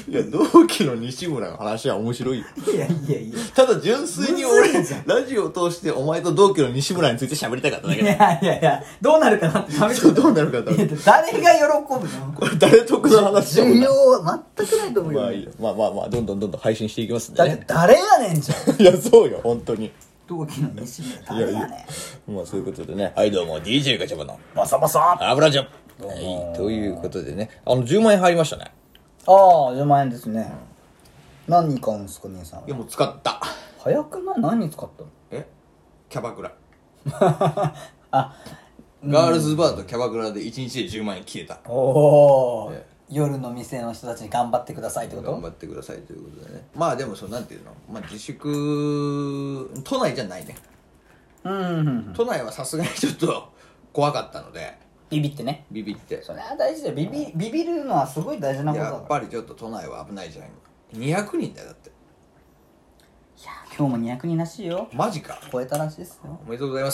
いや同期の西村の話は面白いよ。 いやいやいや。 ただ純粋に俺むずいじゃんラジオを通してお前と同期の西村について喋りたかっただけいだ。 やいやいや、どうなるかなって試してどうなるかだいや誰が喜ぶの？ これ誰得の話だもんな。 需要は全くないと思うよ。 まあいいよ。まあどんどん配信していきますんだってでね。 誰やねんじゃん。 いやそうよ本当に。 同期の西村いやいや誰やねん。 まあそういうことでね。はいどうも DJ ガチャバのバサバサ。 油じゃん。 どうはもいということでね10万円入りましたね。 ああ、10万円ですね。何に買うんですか、姉さんは。 いやもう使った。 早くない？何に使ったの？ キャバクラ。 あ、 ガールズバーとキャバクラで1日で10万円消えた。 おお、 え夜の店の人たちに頑張ってくださいってこと？ 頑張ってくださいということでね。まあでもなんていうの、まあ自粛都内じゃないね。 うん都内はさすがにちょっと怖かったのでビビってね。 ビビって。 それは大事だよ。ビビるのはすごい大事なことだから。 やっぱりちょっと都内は危ないじゃん今。200人だよだって。 いや今日も200人らしいよ。 マジか。 超えたらしいですよ。 おめでとうございます。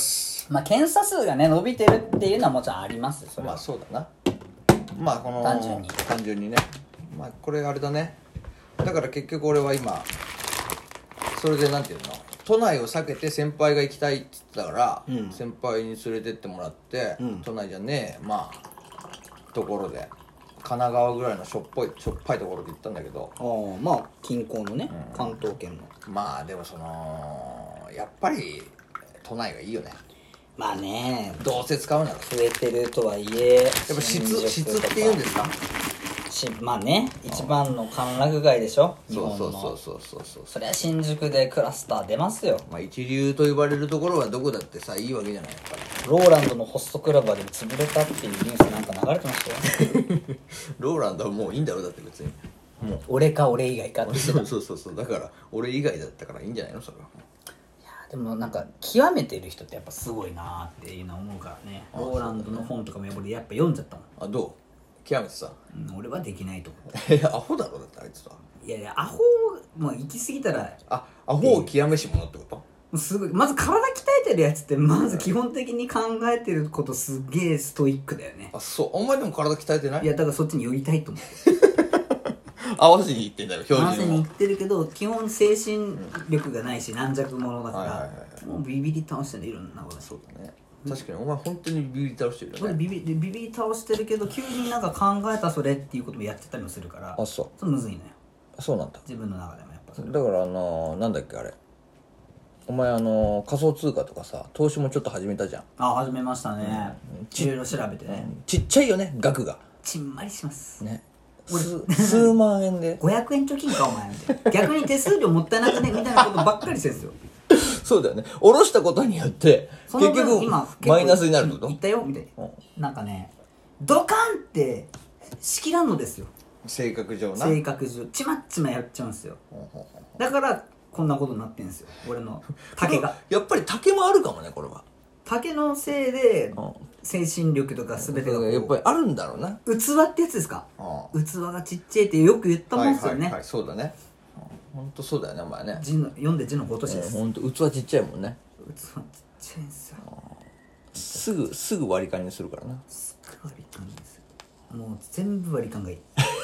まあ検査数がね伸びてるっていうのはもちろんありますよ。それはまあそうだな。まあこの単純にね。まあこれあれだね。だから結局俺は今それでなんていうの、都内を避けて先輩が行きたいって言ってたから、 うん先輩に連れてってもらって、 うん都内じゃねえまあところで神奈川ぐらいのしょっぱいところで行ったんだけど、 ああ、まあ近郊のね、関東圏の。 まあでもやっぱり都内がいいよね。 まあね、 どうせ使うなら増えてるとはいえ、 やっぱ質っていうんですか。 まあね、一番の歓楽街でしょ、日本の。 そうそりゃ新宿でクラスター出ますよ。 まあ一流と呼ばれるところはどこだってさいいわけじゃないやっぱり。 ローランドのホストクラブはでも潰れたっていうニュースなんか流れてましたよ。 ローランドはもういいんだろだって別に。もう俺か俺以外かって言ってた。いそうだから俺以外だったからいいんじゃないのそれは。 やでもなんか極めてる人ってやっぱすごいなーっていうのは思うからね。ローランドの本とかも俺やっぱ読んじゃったもん。 あどう極めてさ。 俺はできないと思う。 アホだろだってあいつは。 いやアホもう行き過ぎたらアホを極めし者ってこと。 すごい。まず体鍛えてるやつってまず基本的に考えてることすげえストイックだよね。 あそうお前でも体鍛えてない。 いやだからそっちに寄りたいと思う。 合わせにいってんだよ標合わせ準を。 に行ってるけど基本精神力がないし軟弱者だから、 はいはいはいもうビビり倒してるいろんなこと。 そうだね確かにお前本当にビビり倒してるよね。 俺ビビり倒してるけど急になんか考えたそれっていうこともやってたりもするからあそうちょっとむずいのよそうなんだ。 自分の中でもやっぱそれ。 だからなんだっけあれお前仮想通貨とかさ投資もちょっと始めたじゃん。 始めましたね。いろいろ調べてね、 ちっちゃいよね額がちんまりしますね。数万円で 500円貯金かお前みたいな逆に手数料もったいなくねみたいなことばっかりしてるんですよ。 そうだよね下ろしたことによってその結局分今マイナスになるってこと言ったよみたいな。なんかねドカンって仕切らんのですよ。 性格上な。 性格上ちまっちまやっちゃうんですよ。だからこんなことになってんですよ俺の竹が。 やっぱり竹もあるかもねこれは。 竹のせいで精神力とか全てがこうやっぱりあるんだろうな。 器ってやつですか。器がちっちゃいってよく言ったもんですよね。 はいそうだね。本当そうだよねお前ね。 読んで字のごとしです。 本当器ちっちゃいもんね。 器ちっちゃいんですよ。 すぐ割り勘にするからな。 すっごい割り勘ですよ。もう全部割り勘がいい。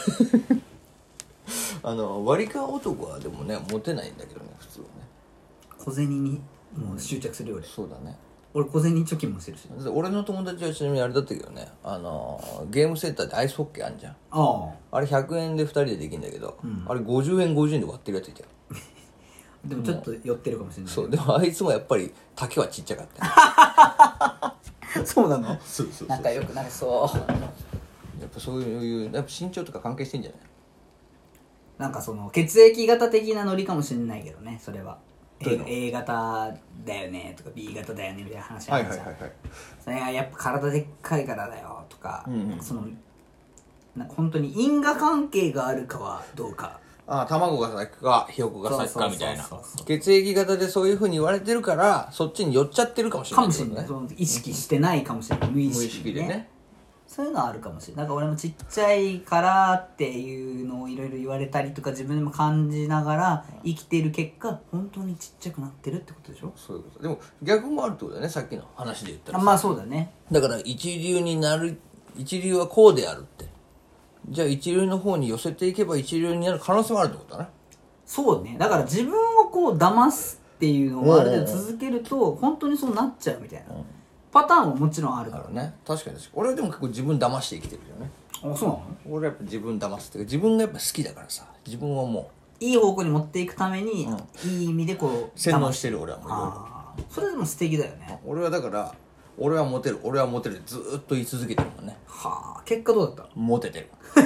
割り勘男はでもねモテないんだけどね普通はね。 小銭にもう執着するよ俺。 そうだね。 俺小銭貯金もしてるし。 俺の友達はちなみにあれだったけどねゲームセンターでアイスホッケーあんじゃん。 ああれ100円で2人でできるんだけど、あれ50円50円で割ってるやついたよ。 あでもちょっと寄ってるかもしれない。 そうでもあいつもやっぱり竹はちっちゃかったよ。 そうなの。 そう仲良くなれそう。 やっぱそういうやっぱ身長とか関係してんじゃない。 なんかその血液型的なノリかもしれないけどねそれは。 どういうの A 型だよねとか B 型だよねみたいな話あるじゃん。それがやっぱ体でっかいからだよとか、そのなんか本当に因果関係があるかはどうか。 卵が先かひよこが先かみたいなそう血液型でそういう風に言われてるからそっちに寄っちゃってるかもしれないかもしれない。その意識してないかもしれない無意無意識でね。 識でね。 そういうのはあるかもしれない。だから俺もちっちゃいからっていうのをいろいろ言われたりとか自分でも感じながら生きている結果本当にちっちゃくなってるってことでしょ。 そういうことでも逆もあるってことだよねさっきの話で言ったらさ。 まあそうだね。 だから一流はこうであるってじゃあ一流の方に寄せていけば一流になる可能性もあるってことだね。 そうね。だから自分をこう騙すっていうのをある程度続けると本当にそうなっちゃうみたいな、パターンももちろんあるからね。確かに俺はでも結構自分騙して生きてるよね。 あ、そうなの？ 俺はやっぱ自分騙すっていうか自分がやっぱ好きだからさ、自分をもういい方向に持っていくために、いい意味でこう洗脳してる。俺はもうああ、それでも素敵だよね。 俺はだから俺はモテるってずーっと言い続けてるもんね。 はあ、結果どうだった？ モテてる。 う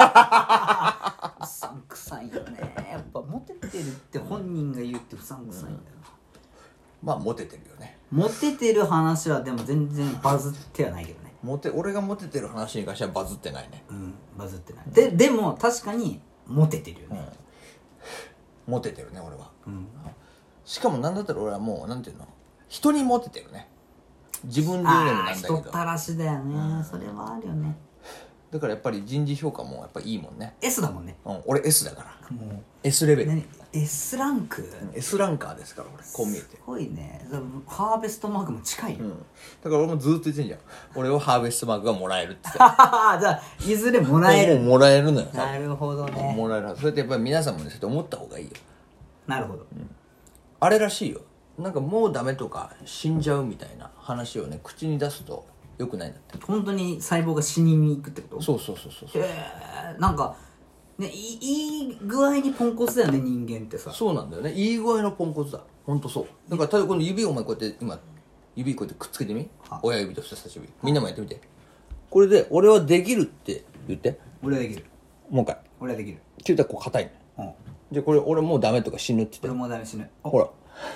さんくさいよね。やっぱモテてるって本人が言うってうさんくさいんだよな。 まあモテてるよね。 モテてる話はでも全然バズってはないけどね。 俺がモテてる話に関してはバズってないね。 バズってない。でも確かにモテてるよね。 モテてるね俺は。しかもなんだったら俺はもうなんていうの、人にモテてるね。自分で言うのもなんだけど。 人たらしだよね。それはあるよね。 だからやっぱり人事評価もやっぱいいもんね。 S だもんね。 俺 S だから。 もう S レベル。 S ランク？ S ランカーですから俺、こう見えて。 すごいね。ハーベストマークも近いよ。 だから俺もずっと言ってんじゃん。俺をハーベストマークがもらえるって言って。 じゃあいずれもらえる。 もらえるのよ。 なるほどね。 もらえる。それってやっぱり皆さんもね、そうやって思った方がいいよ。 なるほど。 あれらしいよ。なんかもうダメとか死んじゃうみたいな話をね、口に出すと良くないんだって。 本当に細胞が死にに行くってこと？ そう。 へえ、なんかね、いい具合にポンコツだよね、人間ってさ。 そうなんだよね。いい具合のポンコツだ。ほんとそう。だからただこの指をお前こうやって今指こうやってくっつけてみ。親指と人差し指。みんなもやってみて。これで俺はできるって言って。 俺はできる。 もう一回。 俺はできる。 って言ったらこう硬いの。じゃあこれ俺もうダメとか死ぬって言って。 俺もうダメ死ぬ。 ほら。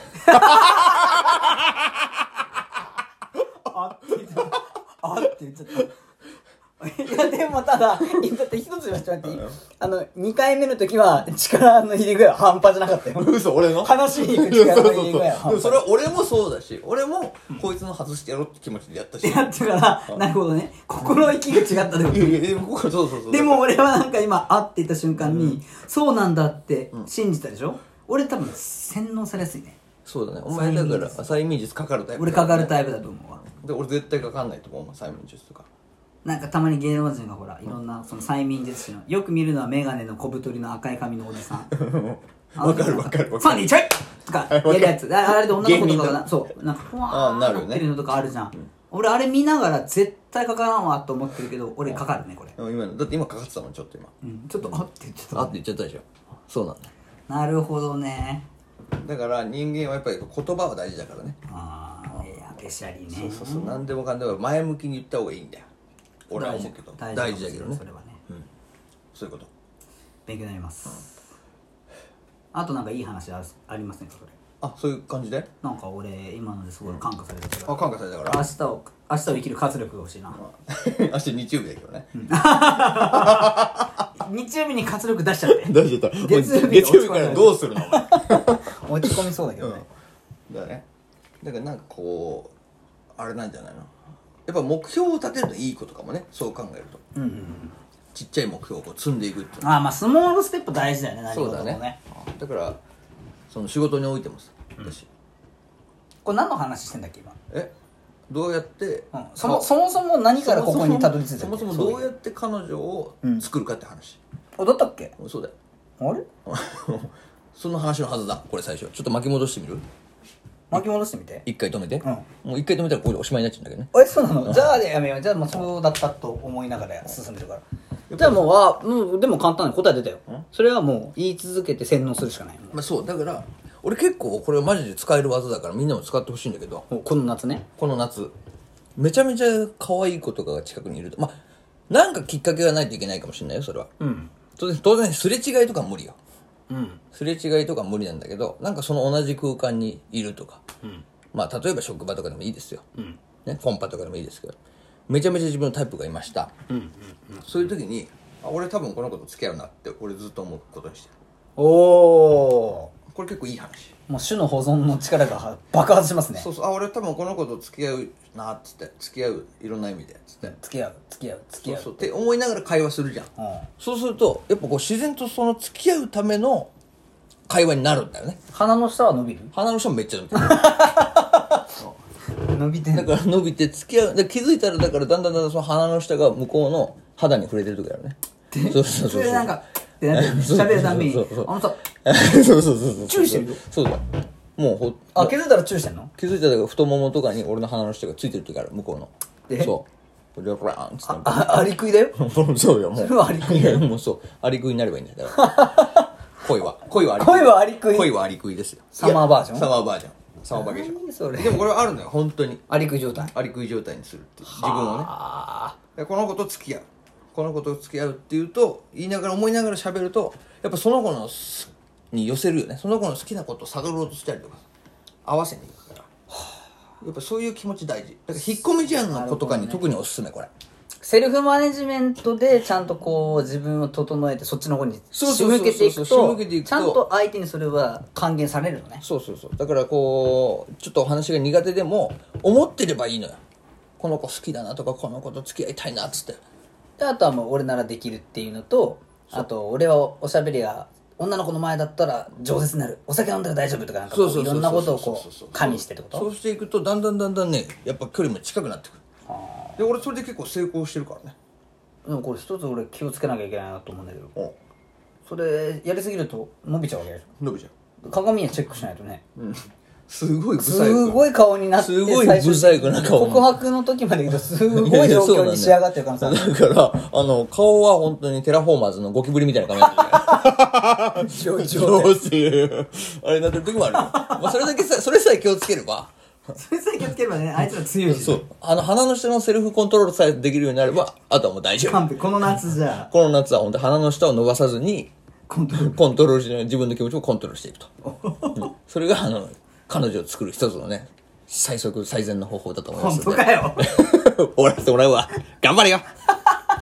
あって言っちゃった。あって言っちゃった。いやでもただだって一つ言わせてもらっていい？2回目の時は力の入れ具合は半端じゃなかったよ。 嘘、俺の話しに行く力の入れ具合は半端。 それは俺もそうだし、俺もこいつの外してやろうって気持ちでやったし。 やってから、なるほどね。心意気が違ったってこと。 そう。 でも俺はなんか今、あって言った瞬間に、そうなんだって信じたでしょ？俺多分洗脳されやすいね。 そうだね。お前だから催眠術かかるタイプ。 俺かかるタイプだと思うわ。 で俺絶対かかんないと思う、催眠術とか。 なんかたまに芸能人がほらいろんなその催眠術師のよく見るのはメガネの小太りの赤い髪のおじさんわかる 3、2、1とかやるやつあれで女の子とかがそうなんかふわーってるのとかあるじゃん。俺あれ見ながら絶対かからんわと思ってるけど俺かかるねこれ。 だって今かかってたもんちょっと今。 ちょっとあって言っちゃった。 あって言っちゃったでしょ。そうなんだ。 なるほどね。 だから人間はやっぱり言葉は大事だからね。 ああ、いやべしゃりね。 そう何でもかんでも前向きに言った方がいいんだよ。俺は思うけど大事だけどね。 それはね、 そういうこと。 勉強になります。あとなんかいい話ありませんかそれ？ あ、そういう感じで？なんか俺今のですごい感化されたから。 感化されたから。 明日を生きる活力が欲しいな。 明日日曜日だけどね。 日曜日に活力出しちゃって。 出しちゃった。月曜日からどうするの？ 落ち込みそうだけどね。 だね。だからなんかこうあれなんじゃないの？やっぱ目標を立てるといいことかもね、そう考えると。ちっちゃい目標をこう積んでいくっていう。 まあスモールステップ大事だよね、何事もね。 そうだね。だからその仕事においてもさ、私これ何の話してんだっけ今？ どうやってそもそも何からここにたどり着いたっけ？ そもそもどうやって彼女を作るかって話。 だったっけ？ そうだよ。 あれ？ その話のはずだ、これ最初。ちょっと巻き戻してみる？ 巻き戻してみて。 一回止めて。もう一回止めたらこれでおしまいになっちゃうんだけどね。 そうなの？じゃあやめよう。じゃあもうそうだったと思いながら進んでるから。じゃあもうでも簡単に答え出たよ。それはもう言い続けて洗脳するしかない。 そうだから俺結構これはマジで使える技だからみんなも使ってほしいんだけど、 この夏ね。 この夏めちゃめちゃ可愛い子とかが近くにいると、なんかきっかけがないといけないかもしれないよ、それは。当然すれ違いとか無理よ。すれ違いとか無理なんだけど、なんかその同じ空間にいるとか、例えば職場とかでもいいですよ、コンパとかでもいいですけど、めちゃめちゃ自分のタイプがいました、そういう時に俺多分この子と付き合うなって俺ずっと思うことにしてる。これ結構いい話。 もう種の保存の力が爆発しますね。 そう俺多分この子と付き合うなっつって、付き合ういろんな意味でっつって、 付き合うって思いながら会話するじゃん、そうするとやっぱこう自然とその付き合うための会話になるんだよね。 鼻の下は伸びる？ 鼻の下もめっちゃ伸びてる。 伸びてる。 だから伸びて付き合う。気づいたらだからだんだんその鼻の下が向こうの肌に触れてる時あるね。 てそうそうそうそれでなんかってなって喋るたびにそうそうそうあのさそうそうそうチューしてるよ。 そうだよ。もう気づいたらチューしてんの？ 気づいたら太ももとかに俺の鼻の下がついてる時ある、向こうの。そうでクラーンっつってアリクイだよ。 そうよ、もうそれはアリクイだよ。 もうそうアリクイになればいいんだよ。だから恋はアリクイ。 恋はアリクイですよ。 サマーバージョン。 サマーバージョン。サマーバージョン。 何それ。 でもこれはあるのよ、本当に。 アリクイ状態。 アリクイ状態にするっていう自分をね。でこの子と付き合う、この子と付き合うっていうと言いながら思いながら喋るとやっぱその子のに寄せるよね。その子の好きなことを探ろうとしたりとか合わせにいくから、やっぱそういう気持ち大事だから。引っ込み思案の子とかに特におすすめ。これセルフマネジメントでちゃんとこう自分を整えてそっちの方に仕向けていくとちゃんと相手にそれは還元されるのね。 そうだからこうちょっとお話が苦手でも思ってればいいのよ。この子好きだなとかこの子と付き合いたいなっつって。 であとはもう俺ならできるっていうのと、あと俺はおしゃべりが女の子の前だったら饒舌になる、お酒飲んだら大丈夫とかなんかこういろんなことをこう加味してってこと。 そうしていくとだんだんねやっぱ距離も近くなってくる。で俺それで結構成功してるからね。 でもこれ一つ俺気をつけなきゃいけないなと思うんだけど、それやりすぎると伸びちゃうわけでしょ。 伸びちゃう。 鏡にチェックしないとね。 すごいブサイク。 すごい顔になって、 すごいブサイクな顔。 告白の時まで言うとすごい状況に仕上がってるからさ。 だから顔は本当にテラフォーマーズのゴキブリみたいな顔になってる。上手。あれなってる時もあるよ。まあそれだけさ、それさえ気をつければ。 それさえ気をつければね、あいつら強いし。 そう。鼻の下のセルフコントロールさえできるようになれば、あとはもう大丈夫。 完璧。この夏じゃ。 この夏は本当鼻の下を伸ばさずに、コントロールしない、自分の気持ちをコントロールしていくと。それが彼女を作る一つのね、最善の方法だと思います。 本当かよ。 終わらせてもらうわ。頑張れよ。